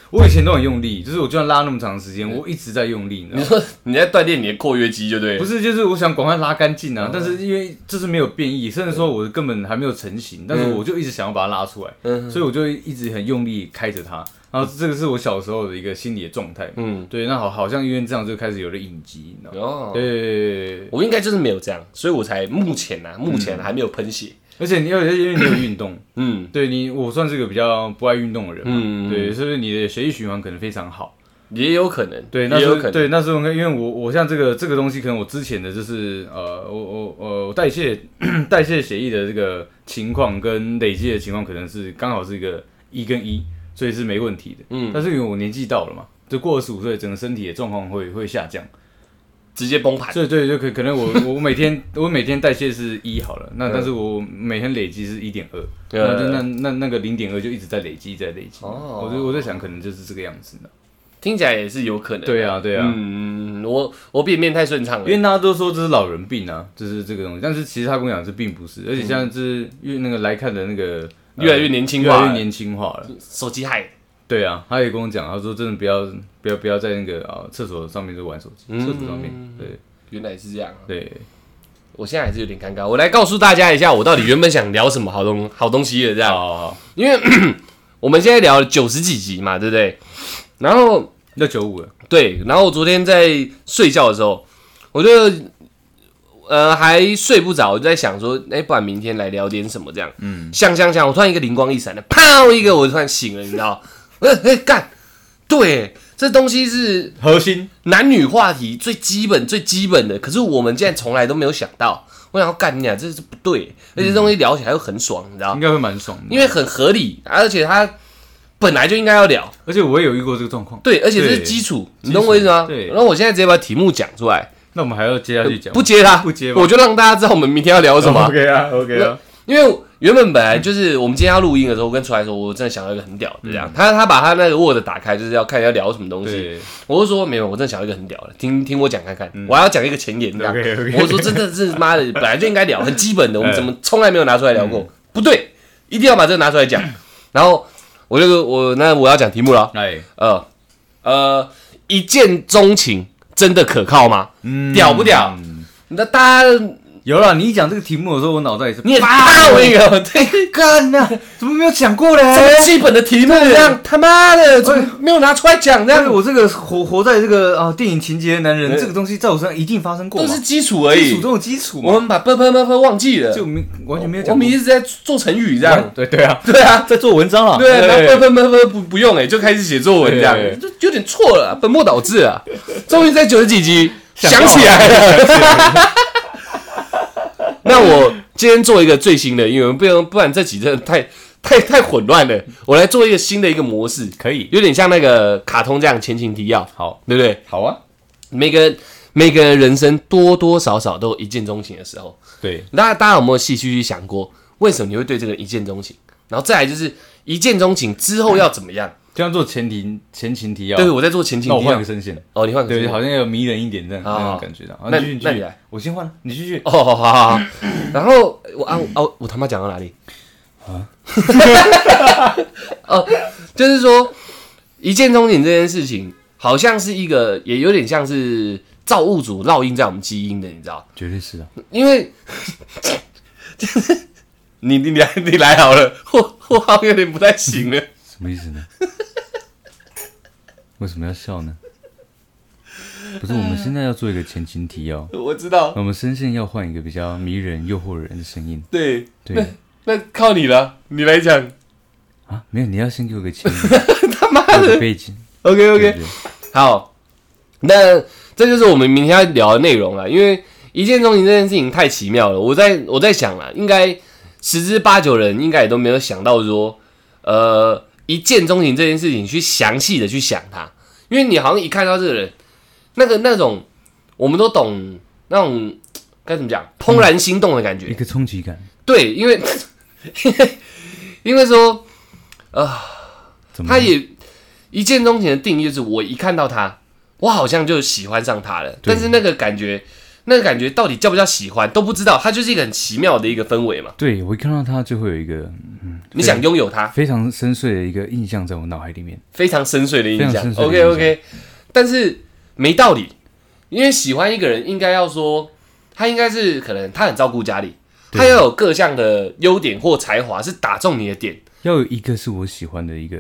我以前都很用力，就是我就算拉那么长时间，我一直在用力。 你说你在锻炼你的括约肌，就对了。 不是，就是我想赶快拉干净啊，但是因为这是没有变异，甚至说我根本还没有成型，但是我就一直想要把它拉出来，所以我就一直很用力开着它。然后这个是我小时候的一个心理的状态，对，那好像因为这样就开始有了隐疾，你知道吗？对， 我应该就是没有这样，所以我才目前还没有喷血。 而且因为你有运动，对我算是个比较不爱运动的人嘛，对，所以你的血液循环可能非常好， 也有可能， 对，那时候因为我像这个东西，可能我之前的就是我代谢血液的这个情况跟累积的情况，可能是刚好是一个1跟1，所以是没问题的，但是因为我年纪到了嘛，就过25岁，整个身体的状况会下降。 直接崩盘， 对，就可能我每天代谢是1好了，但是我每天累积是1.2，那个0.2就一直在累积。我在想，可能就是这个样子呢。 听起来也是有可能。 对啊， 我便便太顺畅了， 因为大家都说这是老人病啊，就是这个东西，但是其实他跟我讲这并不是，而且现在是因为那个来看的那个越来越年轻化了， 手机害。 对啊，他也跟我讲，他说真的不要在那个厕所上面就玩手机，厕所上面，对， 原来是这样。 对， 我现在还是有点尴尬，我来告诉大家一下，我到底原本想聊什么好东西的这样。好，因为我们现在聊了90几集嘛，对不对？然后要95了，对。 然后我昨天在睡觉的时候，我就还睡不着，我就在想说，不然明天来聊点什么这样。想，我突然一个灵光一闪的，砰一个，我突然醒了，你知道？干，对，这东西是核心男女话题最基本的，可是我们竟然从来都没有想到。我想要干你啊，这是不对，而且这东西聊起来又很爽，你知道？ 应该会蛮爽的， 因为很合理，而且它本来就应该要聊， 而且我也有遇过这个状况。 对，而且这是基础，你懂我意思吗？对。然后我现在直接把题目讲出来， 那我们还要接下去讲？ 不接它， 不接， 我就让大家知道我们明天要聊什么。 OK 啊。 因为原本来就是我们今天要录音的时候，我跟出来的时候，我真的想到一个很屌的这样。他把他那个 Word 打开，就是要看要聊什么东西。我就说没有，我真的想到一个很屌的，听我讲看看。我还要讲一个前言这样。我说真的是妈的，本来就应该聊，很基本的，我们怎么从来没有拿出来聊过？不对，一定要把这个拿出来讲。然后我要讲题目了。一见钟情真的可靠吗？屌不屌？那大家。 有了，你一讲这个题目的时候，我脑袋也是。 你也怕我一个， 对，干呐，怎么没有讲过嘞？ 这么基本的题目，这样他妈的，怎么没有拿出来讲？这样， 我这个活在这个电影情节的男人，这个东西在我身上一定发生过， 都是基础而已， 基础中的基础。 我们把忘记了， 就完全没有讲。 我们一直在做成语，这样。 对啊，在做文章了。 对，不用就开始写作文这样，就有点错了，本末倒置啊！终于在90几集想起来了。那我今天做一个最新的，因为不然这集真的太混乱了。我来做一个新的一个模式， 可以有点像那个卡通这样前情提要， 好， 对不对？ 好啊。 每个人人生多多少少都有一见钟情的时候。 对， 大家有没有细细去想过，为什么你会对这个人一见钟情？然后再来就是一见钟情之后要怎么样？ 这样做前情提要。 对，我在做前情提要。 那我换个声线。 哦，你换个声线。 对，好像要迷人一点那种感觉的。 那你来， 我先换了，你继续。 哦，好。然后我他妈讲到哪里？就是说一见钟情这件事情，好像是一个，也有点像是造物主烙印在我们基因的，你知道？ 绝对是啊。 因为你来好了，我好像有点不太行了。 什么意思呢？为什么要笑呢？不是，我们现在要做一个前情提要。 我知道， 我们声线要换一个比较迷人、诱惑人的声音。 对，那靠你了，你来讲啊？没有，你要先给我个前他妈的背景。 OK， 好，那这就是我们明天要聊的内容了。因为一见钟情这件事情太奇妙了，我在想啦，应该10之8九人应该也都没有想到说，一见钟情这件事情去详细的去想它，因为你好像一看到这个人，那种我们都懂那种该怎么讲，怦然心动的感觉， 一个冲击感。 对，因为说他也一见钟情的定义就是我一看到他，我好像就喜欢上他了，但是那个感觉那个感觉到底叫不叫喜欢都不知道，它就是一个很奇妙的一个氛围嘛。 对，我一看到他就会有一个你想拥有它， 非常深邃的一个印象在我脑海里面， 非常深邃的印象。 OK OK， 但是没道理，因为喜欢一个人应该要说，他应该是可能他很照顾家里，他要有各项的优点或才华是打中你的点， 要有一个是我喜欢的一个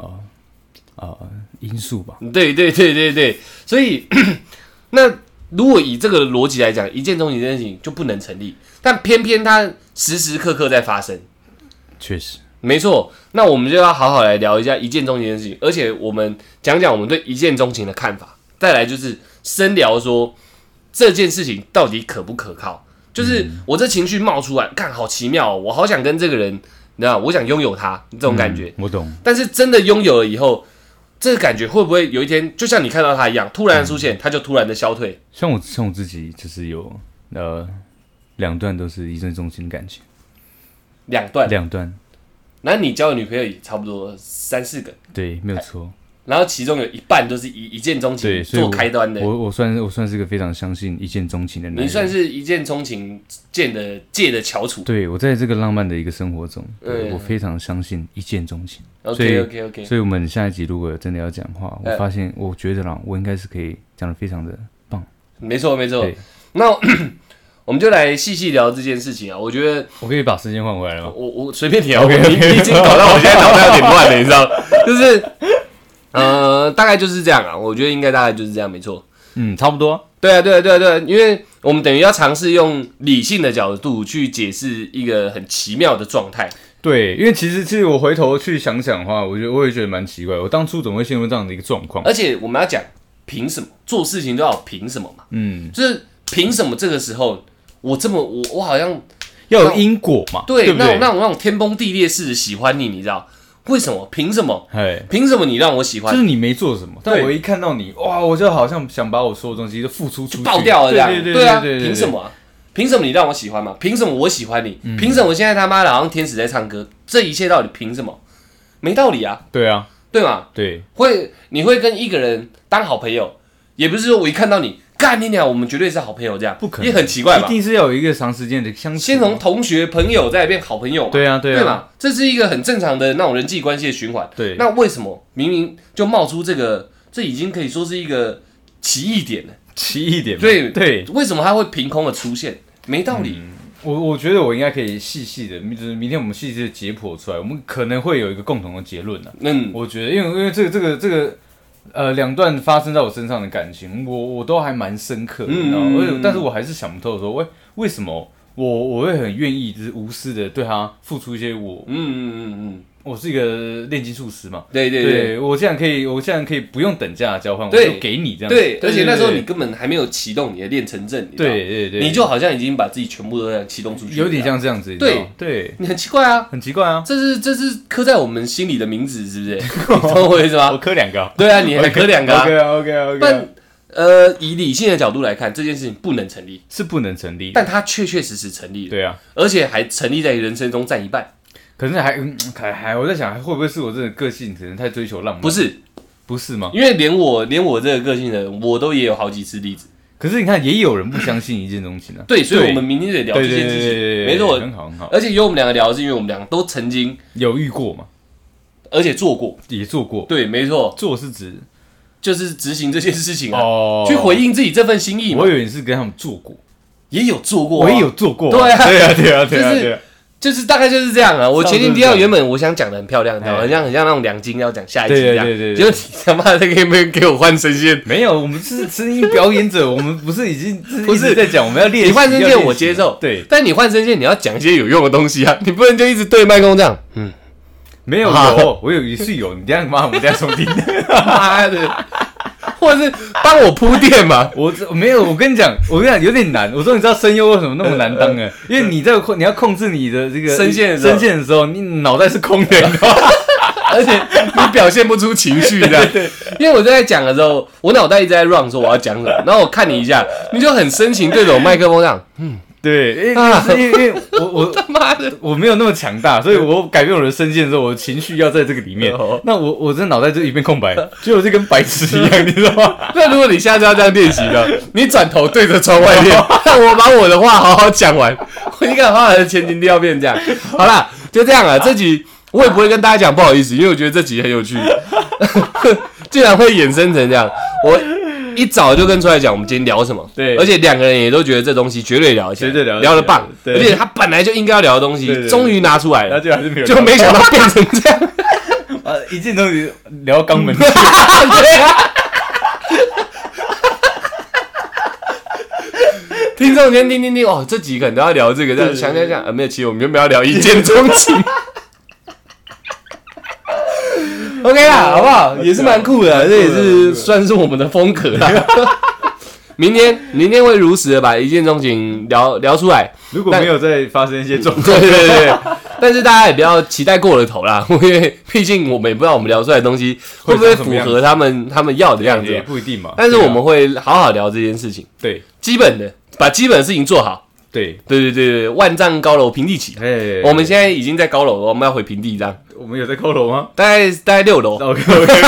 因素吧。 对，所以那如果以这个逻辑来讲，一见钟情这件事情就不能成立，但偏偏它时时刻刻在发生。 确实， 没错。那我们就要好好来聊一下一见钟情的事情，而且我们讲讲我们对一见钟情的看法，再来就是深聊说这件事情到底可不可靠。就是我这情绪冒出来，看好奇妙哦，我好想跟这个人，你知道，我想拥有他这种感觉。 我懂。但是真的拥有了以后，这个感觉会不会有一天，就像你看到他一样，突然出现，他就突然的消退？ 像我自己就是有2段都是一见钟情的感情。2段。 那你交的女朋友也差不多3、4个。 对，没有错。 然后其中有一半都是以一见钟情做开端的。 我算是个非常相信一见钟情的男人。 你算是一见钟情界的翘楚。 对，我在这个浪漫的一个生活中，我非常相信一见钟情。 OK。 所以我们下一集如果真的要讲话，我觉得啦，我应该是可以讲得非常的棒。 没错。那我们就来细细聊这件事情啊！我觉得我可以把时间换回来了吗？ 我随便你啊，你已经搞到我现在脑袋有点乱了，你知道？就是大概就是这样啊。我觉得应该大概就是这样，没错。 差不多。 对啊，因为我们等于要尝试用理性的角度去解释一个很奇妙的状态。 对，因为其实我回头去想想的话，我也觉得蛮奇怪，我当初怎么会陷入这样的一个状况？ 而且我们要讲凭什么做事情都要凭什么嘛？就是凭什么这个时候我好像要有因果嘛？ 对， 不对？ 那种天崩地裂式的喜欢你，你知道为什么？凭什么？凭什么你让我喜欢？ 就是你没做什么，但我一看到你，哇，我就好像想把我所有东西都付出出去， 爆掉了这样。对啊，凭什么啊？凭什么你让我喜欢嘛？凭什么我喜欢你？凭什么我现在他妈的好像天使在唱歌？这一切到底凭什么？没道理啊！ 对啊， 对嘛？ 对， 你会跟一个人当好朋友，也不是说我一看到你。干你娘！我们绝对是好朋友，这样不可能， 也很奇怪吧？ 一定是要有一个长时间的相处， 先从同学、朋友再变好朋友嘛。 对啊， 对嘛？这是一个很正常的那种人际关系的循环。 对， 那为什么明明就冒出这个？这已经可以说是一个奇异点了。 奇异点， 对，为什么它会凭空的出现？没道理。 我觉得我应该可以细细的，就是明天我们细细的解剖出来，我们可能会有一个共同的结论的。我觉得，因为这个。2段发生在我身上的感情，我都还蛮深刻的，你知道吗？但是我还是想不透说，为什么我会很愿意，就是无私的对他付出一些我是一个炼金术师嘛，对，我现在可以不用等价的交换，我就给你这样。 对，而且那时候你根本还没有启动你的炼成阵， 对， 你就好像已经把自己全部都这样启动出去， 有点像这样子。对， 你很奇怪啊，这是刻在我们心里的名字，是不是？你懂我意思吗？ 我刻2个。 对啊，你还刻2个。 OK。 但以理性的角度来看，这件事情不能成立， 是不能成立， 但它确实成立了。 对啊， 而且还成立在人生中占一半。 可是还我在想，会不会是我这个个性可能太追求浪漫？不是吗？ 因为连我这个个性的人，我都也有好几次例子。 可是你看，也有人不相信一见钟情啊。 对，所以我们明天就得聊这件事情。没错， 很好。 而且有我们2个聊，是因为我们2个都曾经有遇过嘛， 而且做过， 也做过。 对，没错， 做是指就是执行这件事情啊，去回应自己这份心意嘛。 我以为你是跟他们做过， 也有做过， 我也有做過。 对啊。 就是大概就是这样啊。我前提提到原本我想讲的很漂亮，很像那种2金要讲下一集这样，结果你他妈的可以给我换声线？ 没有，我们是声音表演者，我们不是已经不是在讲我们要练习。 你换声线我接受，对，但你换声线你要讲一些有用的东西啊，你不能就一直对麦克风这样。 没有，我也是有，你这样妈，我们这样重听， 妈的。或者是帮我铺垫嘛？ 我没有，我跟你讲有点难。我说你知道声优为什么那么难当啊？因为你要控制你的这个声线的时候，你脑袋是空的， 而且你表现不出情绪的。对，因为我在讲的时候，我脑袋一直在 run 说我要讲什么，然后我看你一下，你就很深情对着我麦克风这样， 对，因为我他妈的， 我没有那么强大，所以我改变我的声线之后，我的情绪要在这个里面。那我这脑袋就一片空白，就我就跟白痴一样，你知道吗？ 那如果你下次要这样练习呢，你转头对着窗外练，让我把我的话好好讲完，我应该好好的前情提要变这样。好啦，就这样了。这集我也不会跟大家讲不好意思，因为我觉得这集很有趣，竟然会衍生成这样。我一早就跟出来讲我们今天聊什么， 对， 而且两个人也都觉得这东西绝对聊起来，聊得棒，而且他本来就应该要聊的东西，终于拿出来了，就没想到变成这样， 一见钟情聊肛门， 对啊。听众先听哦，这集可能都要聊这个，这样想，没有，其实我们原本要聊一见钟情。OK 啦，好不好？也是蛮酷的，这也是算是我们的风格啦。明天会如实的把一见钟情聊出来。 如果没有再发生一些状况， 对，但是大家也不要期待过了头啦，因为毕竟我们也不知道我们聊出来的东西会不会符合他们要的样子， 也不一定嘛。 但是我们会好好聊这件事情， 对， 基本的把基本的事情做好。对，万丈高楼平地起。我们现在已经在高楼了，我们要回平地这样。 我们有在高楼吗？ 大概6楼。OK。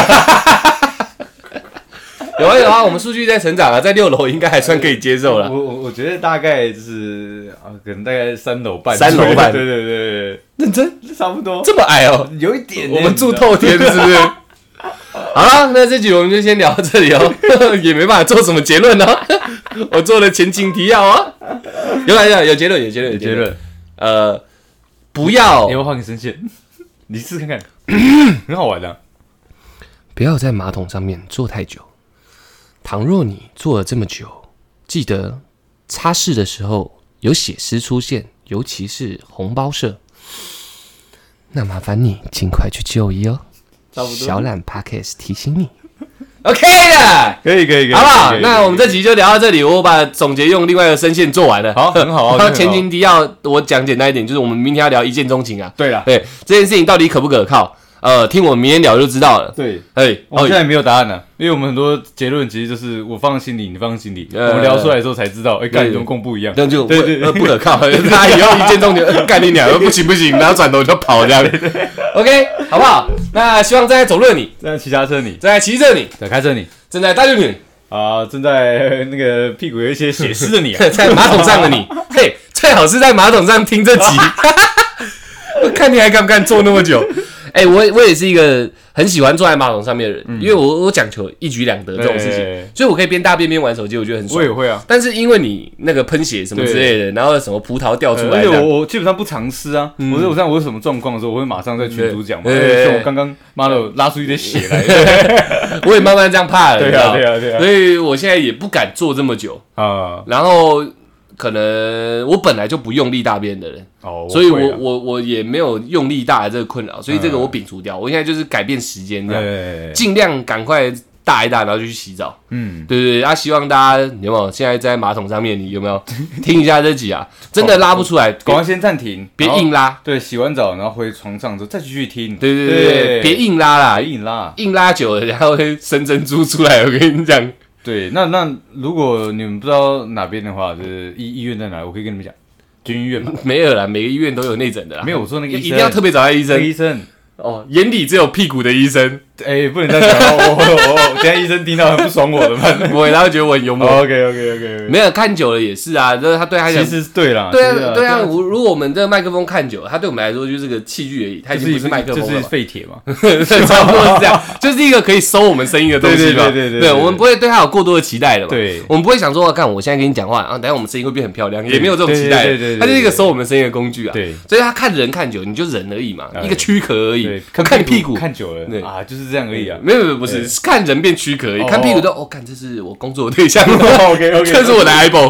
有啊，我们数据在成长啊，在6楼应该还算可以接受了。 我觉得大概就是可能大概3楼半。 3楼半。 对， 认真， 差不多。 这么矮哦， 有一点。 我们住透天是不是？好了，那这集我们就先聊到这里哦，也没办法做什么结论哦。我做了前情提要哦。有结论。不要。 你要换个声线，你试看看，很好玩的。 不要在马桶上面坐太久。倘若你坐了这么久，记得擦拭的时候有血丝出现，尤其是红包色，那麻烦你尽快去就医哦。 差不多。 小懒 Podcast 提醒你。OK 的， 可以， 好不好？那我们这集就聊到这里，我把总结用另外一个声线做完了。 好，很好。 前情提要我讲简单一点，就是我们明天要聊一见钟情啊。 对这件事情到底可不可靠？听我们明天聊就知道了。 对，我们现在没有答案了，因为我们很多结论其实就是我放心里，你放心里，我们聊出来的时候才知道，干你怎么跟不一样， 那就不可靠。他以后一见钟情，干你娘，不行，然后转头就跑这样。OK， 好不好？那希望正在走路的你， 正在骑脚车你， 正在骑车你， 在开车你， 正在搭车你正在那个屁股有一些血丝的你， 在马桶上的你，嘿，最好是在马桶上听这集。我看你还敢不敢坐那么久？我也是一个很喜欢坐在马桶上面的人，因为我讲求一举两得这种事情，所以我可以边大便边玩手机，我觉得很爽。 我也会啊， 但是因为你那个喷血什么之类的，然后什么葡萄掉出来， 而且我基本上不藏私啊。我有什么状况的时候，我会马上在群组讲嘛。像我刚刚妈的拉出一点血来， 我也慢慢这样怕了。 对啊。 所以我现在也不敢坐这么久啊。然后可能我本来就不用力大便的人。所以我也没有用力大的这个困扰，所以这个我摒除掉。我现在就是改变时间这样，尽量赶快大一大，然后就去洗澡。对，希望大家有没有现在在马桶上面，你有没有听一下这集啊？真的拉不出来， 赶快先暂停， 别硬拉。 对，洗完澡然后回床上之后再继续听。 对，别硬拉啦，硬拉久了然后会生珍珠出来。我跟你讲， 对，那如果你们不知道哪边的话，就是医院在哪，我可以跟你们讲。军医院嘛， 没有啦，每个医院都有内诊的啦。 没有，我说那个医生一定要特别找他医生。 医生眼里只有屁股的医生。 不能这样讲哦。等一下医生听到很不爽我的嘛。 不会，他会觉得我很幽默。 OK。 没有看久了也是啊，就是他对他讲， 其实是对啦。 对啊。如果我们这个麦克风看久了，它对我们来说就是个器具而已，它已经不是麦克风了。 就是废铁嘛。 差不多是这样，就是一个可以收我们声音的东西嘛。对，我们不会对它有过多的期待的嘛。 对， 我们不会想说，看我现在跟你讲话，然后等下我们声音会变很漂亮，也没有这种期待。对，它就是一个收我们声音的工具啊。对，所以他看人看久，你就人而已嘛，一个躯壳而已。看你屁股看久了啊，就是这样而已啊。 没有，不是看人变躯壳而已，看屁股都看这是我工作的对象。 OK， 这是我的 eyeball，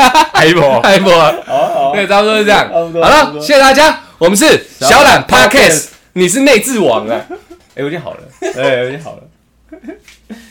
好，对，差不多是这样。好了，谢谢大家，我们是小懒 Podcast， 你是内治王啊。 有点好了，有点好了。